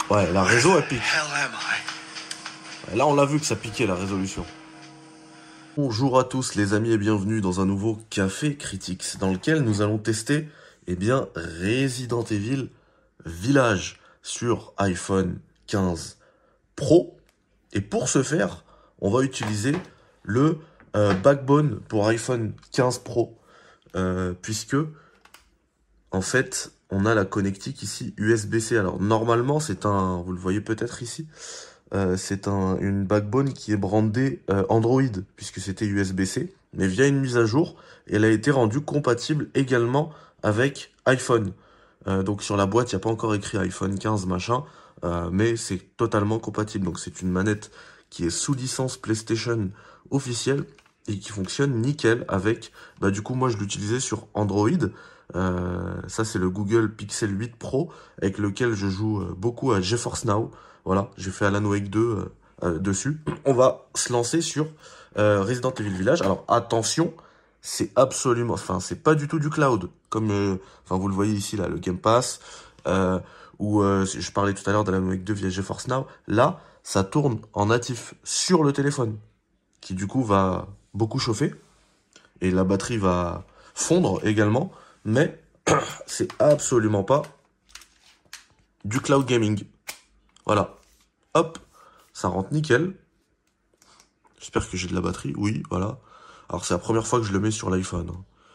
Ouais, la réseau elle pique. Là on l'a vu que ça piquait la résolution. Bonjour à tous les amis et bienvenue dans un nouveau Café Critics dans lequel nous allons tester Resident Evil Village sur iPhone 15 Pro. Et pour ce faire, on va utiliser le backbone pour iPhone 15 Pro puisque en fait on a la connectique ici USB-C. Alors normalement c'est vous le voyez peut-être ici, c'est une backbone qui est brandée Android, puisque c'était USB-C, mais via une mise à jour, elle a été rendue compatible également avec iPhone. Donc sur la boîte, il n'y a pas encore écrit iPhone 15 machin, mais c'est totalement compatible. Donc c'est une manette qui est sous licence PlayStation officielle et qui fonctionne nickel avec, du coup moi je l'utilisais sur Android. Ça c'est le Google Pixel 8 Pro avec lequel je joue beaucoup à GeForce Now. Voilà, j'ai fait Alan Wake 2 dessus. On va se lancer sur Resident Evil Village. Alors attention, c'est pas du tout du cloud, comme, vous le voyez ici là, le Game Pass, ou je parlais tout à l'heure d'Alan Wake 2 via GeForce Now. Là, ça tourne en natif sur le téléphone, qui du coup va beaucoup chauffer et la batterie va fondre également, mais c'est absolument pas du cloud gaming. Voilà. Hop, ça rentre nickel. J'espère que j'ai de la batterie. Oui, voilà. Alors c'est la première fois que je le mets sur l'iPhone.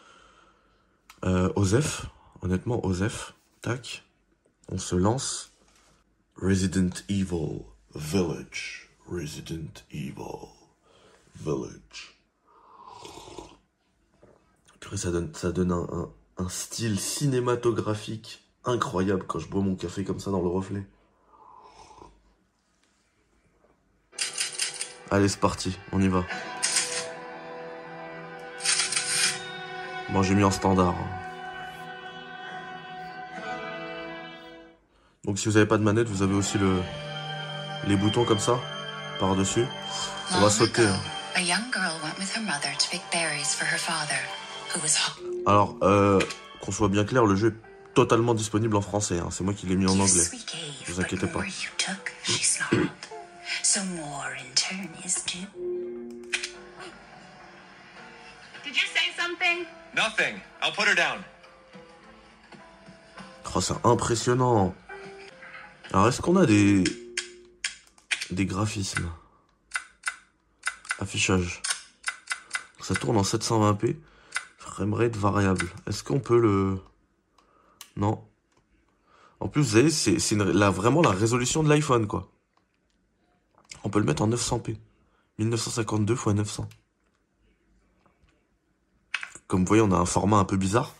Osef, honnêtement, Osef. Tac. On se lance. Resident Evil Village. Resident Evil Village. Après, ça donne un style cinématographique incroyable quand je bois mon café comme ça dans le reflet. Allez, c'est parti, on y va. Bon, j'ai mis en standard. Donc si vous n'avez pas de manette, vous avez aussi les boutons comme ça, par-dessus. On va sauter. Alors, qu'on soit bien clair, le jeu est totalement disponible en français. Hein. C'est moi qui l'ai mis en anglais. Ne vous inquiétez pas. Did you say something? Nothing. I'll put her down. Oh, c'est impressionnant. Alors, est-ce qu'on a des graphismes? Affichage. Ça tourne en 720p. Framerate variable. Est-ce qu'on peut le... Non. En plus, vous savez, c'est vraiment la résolution de l'iPhone, quoi. On peut le mettre en 900p. 1952 x 900. Comme vous voyez, on a un format un peu bizarre.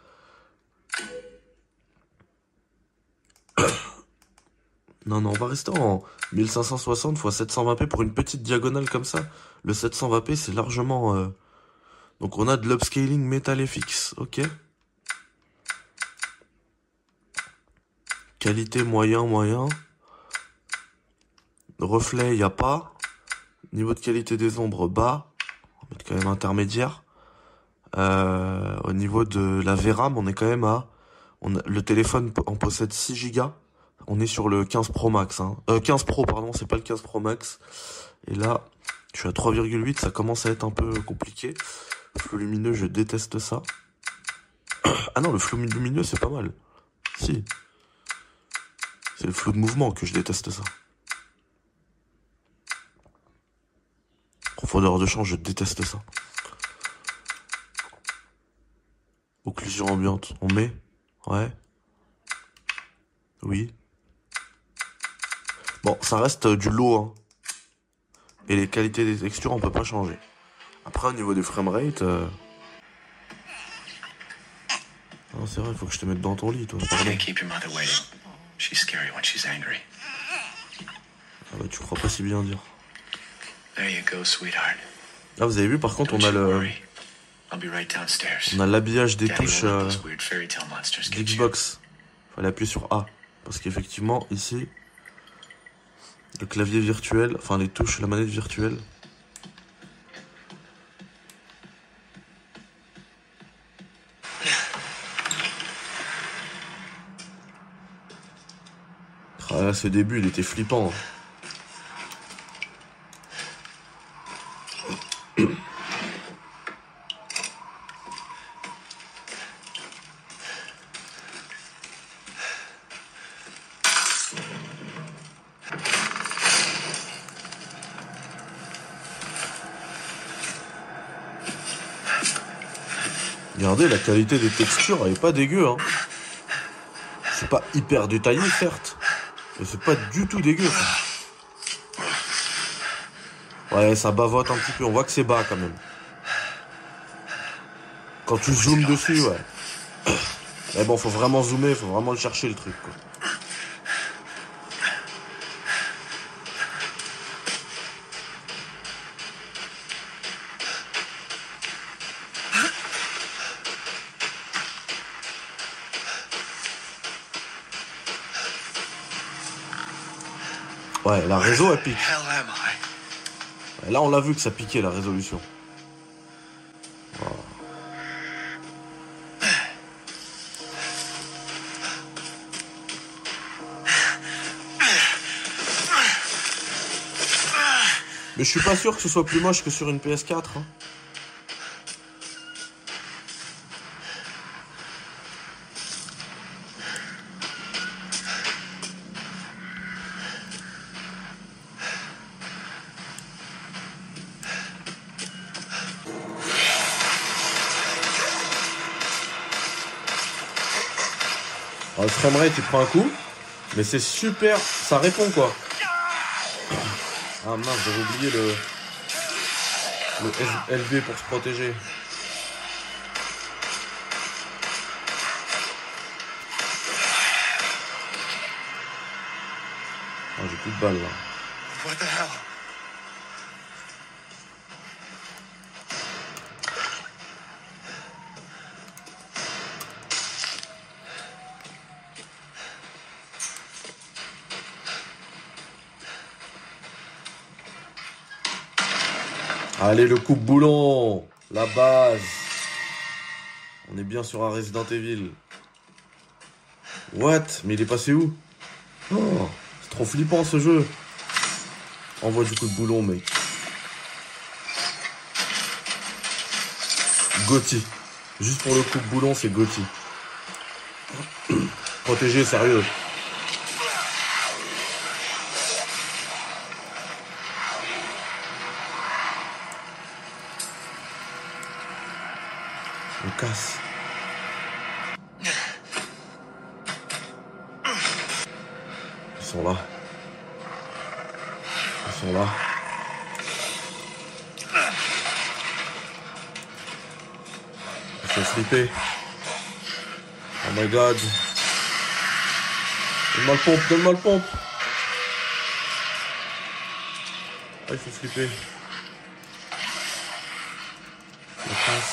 Non, on va rester en 1560 x 720p pour une petite diagonale comme ça. Le 720p, c'est largement... Donc on a de l'upscaling Metal FX, ok. Qualité moyen. Reflet, il n'y a pas. Niveau de qualité des ombres, bas. On va mettre quand même intermédiaire. Au niveau de la VRAM, on est quand même à... le téléphone en possède 6 Go. On est sur le 15 Pro Max. 15 Pro, pardon, c'est pas le 15 Pro Max. Et là, je suis à 3,8, ça commence à être un peu compliqué. Flou lumineux, je déteste ça. Ah non, le flou lumineux, c'est pas mal. Si. C'est le flou de mouvement que je déteste ça. Profondeur de champ, je déteste ça. Occlusion ambiante, on met? Ouais. Oui. Bon, ça reste du lot, hein. Et les qualités des textures, on peut pas changer. Après, au niveau des framerate... Non, c'est vrai, il faut que je te mette dans ton lit, toi. Pardon. Ah bah, tu crois pas si bien dire. Là, vous avez vu, par contre, on a l'habillage des touches d'Xbox. Fallait appuyer sur A. Parce qu'effectivement, ici, le clavier virtuel, enfin les touches, la manette virtuelle. Ah, là, ce début, il était flippant. Regardez, la qualité des textures, elle est pas dégueu, hein. C'est pas hyper détaillé, certes. Mais c'est pas du tout dégueu, quoi. Ouais, ça bavote un petit peu. On voit que c'est bas, quand même. Quand tu zoomes dessus, ouais. Mais bon, faut vraiment zoomer, faut vraiment le chercher, le truc, quoi. Ouais, la réseau, elle pique. Et là, on l'a vu que ça piquait, la résolution. Voilà. Mais je suis pas sûr que ce soit plus moche que sur une PS4, hein. Alors, le framerate, il prend un coup, mais c'est super, ça répond, quoi. Ah mince, j'avais oublié le LB pour se protéger. Ah, j'ai plus de balles, là. What the hell? Allez, le coupe-boulon, la base. On est bien sur un Resident Evil. What? Mais il est passé où? Oh, c'est trop flippant, ce jeu. Envoie du coup de boulon, mec. Gotti. Juste pour le coupe-boulon, c'est Gotti. Protégé, sérieux. On casse. Ils sont là. Ils sont là. Ils sont flippés. Oh my god. Donne-moi le pompe, donne-moi le pompe. Ah, il faut flipper. On passe.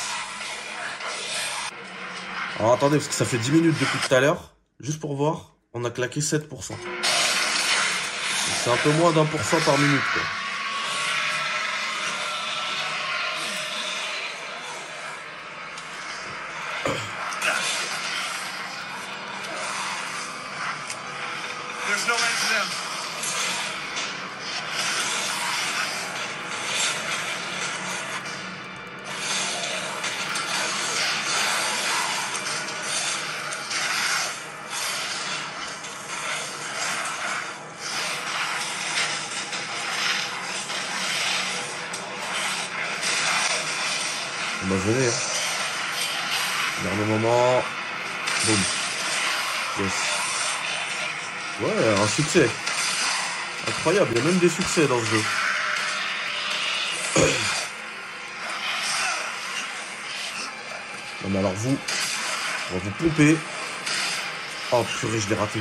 Alors attendez, parce que ça fait 10 minutes depuis tout à l'heure. Juste pour voir, on a claqué 7%. Donc, c'est un peu moins d'1% par minute, quoi. There's no end to them. On va venir. Dernier moment. Boum. Yes. Ouais, un succès. Incroyable, il y a même des succès dans ce jeu. Non mais alors vous, on va vous pomper. Oh purée, je l'ai raté.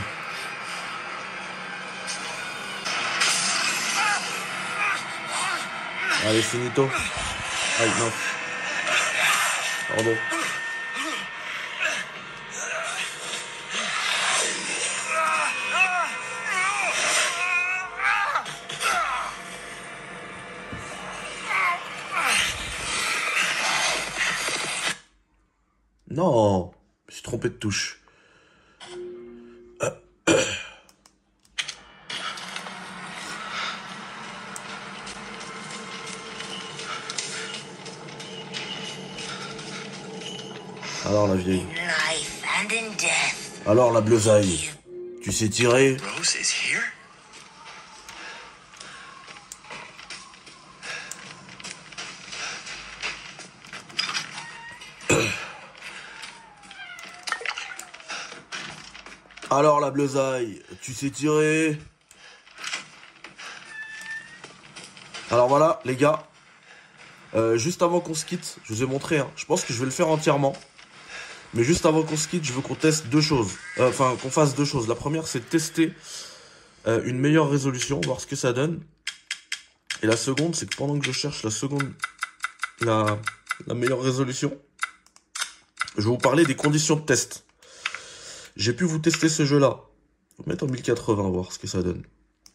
Allez, finito. Aïe, non. Pardon. Non, je me suis trompé de touche. Alors la vieille. Alors la bleusaille. Tu sais tirer? Rose is here? Alors la bleusaille, tu sais tirer? Alors voilà les gars, juste avant qu'on se quitte, je vous ai montré, hein, je pense que je vais le faire entièrement. Mais juste avant qu'on se quitte, je veux qu'on teste deux choses. Enfin, qu'on fasse deux choses. La première, c'est de tester une meilleure résolution, voir ce que ça donne. Et la seconde, c'est que pendant que je cherche la meilleure résolution, je vais vous parler des conditions de test. J'ai pu vous tester ce jeu-là. Je vais mettre en 1080, voir ce que ça donne.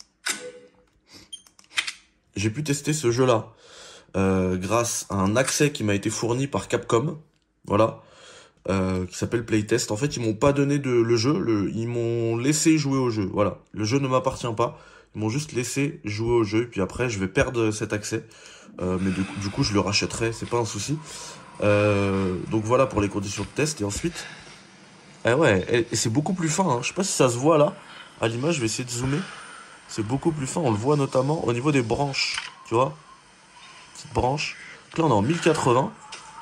J'ai pu tester ce jeu-là grâce à un accès qui m'a été fourni par Capcom. Voilà. Qui s'appelle Playtest. En fait, ils m'ont pas donné le jeu, ils m'ont laissé jouer au jeu. Voilà. Le jeu ne m'appartient pas. Ils m'ont juste laissé jouer au jeu. Et puis après, je vais perdre cet accès. Mais du coup, je le rachèterai. C'est pas un souci. Donc voilà pour les conditions de test. Et ensuite... Ah ouais, et c'est beaucoup plus fin, hein. Je sais pas si ça se voit là, à l'image, je vais essayer de zoomer. C'est beaucoup plus fin, on le voit notamment au niveau des branches, tu vois. Petite branche. Donc là on est en 1080.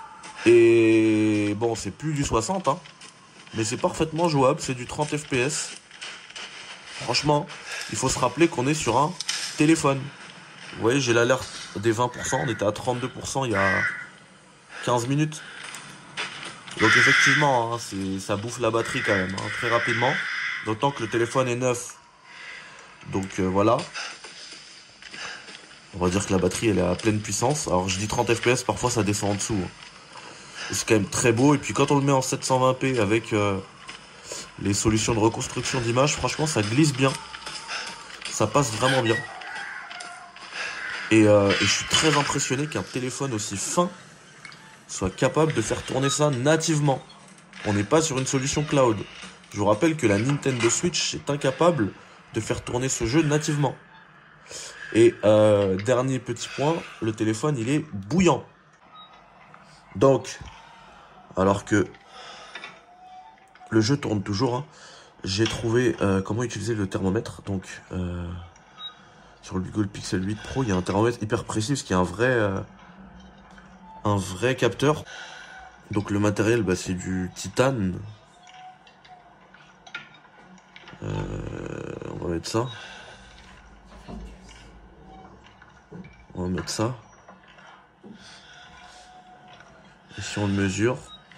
Et bon, c'est plus du 60, hein. Mais c'est parfaitement jouable, c'est du 30 FPS. Franchement, il faut se rappeler qu'on est sur un téléphone. Vous voyez, j'ai l'alerte des 20%, on était à 32% il y a 15 minutes. Donc effectivement, hein, ça bouffe la batterie quand même, hein, très rapidement. D'autant que le téléphone est neuf. Donc voilà. On va dire que la batterie elle est à pleine puissance. Alors je dis 30 FPS, parfois ça descend en dessous. Hein. C'est quand même très beau. Et puis quand on le met en 720p avec les solutions de reconstruction d'image, franchement ça glisse bien. Ça passe vraiment bien. Et je suis très impressionné qu'un téléphone aussi fin soit capable de faire tourner ça nativement. On n'est pas sur une solution cloud. Je vous rappelle que la Nintendo Switch est incapable de faire tourner ce jeu nativement. Et dernier petit point, le téléphone il est bouillant. Donc, alors que le jeu tourne toujours, hein, j'ai trouvé comment utiliser le thermomètre. Donc, sur le Google Pixel 8 Pro, il y a un thermomètre hyper précis parce qu'il y a un vrai capteur. Donc le matériel, bah, c'est du titane. On va mettre ça. On va mettre ça. Et si on le mesure...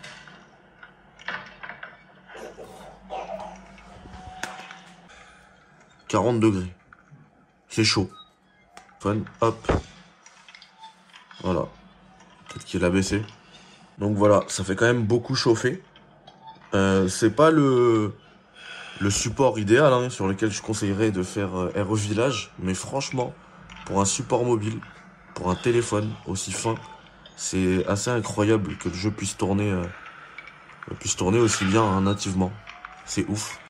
« 40 degrés. C'est chaud. Hop. Voilà. Peut-être qu'il a baissé. Donc voilà, ça fait quand même beaucoup chauffer. C'est pas le support idéal, hein, sur lequel je conseillerais de faire RE Village. Mais franchement, pour un support mobile, pour un téléphone aussi fin, c'est assez incroyable que le jeu puisse tourner aussi bien, hein, nativement. C'est ouf.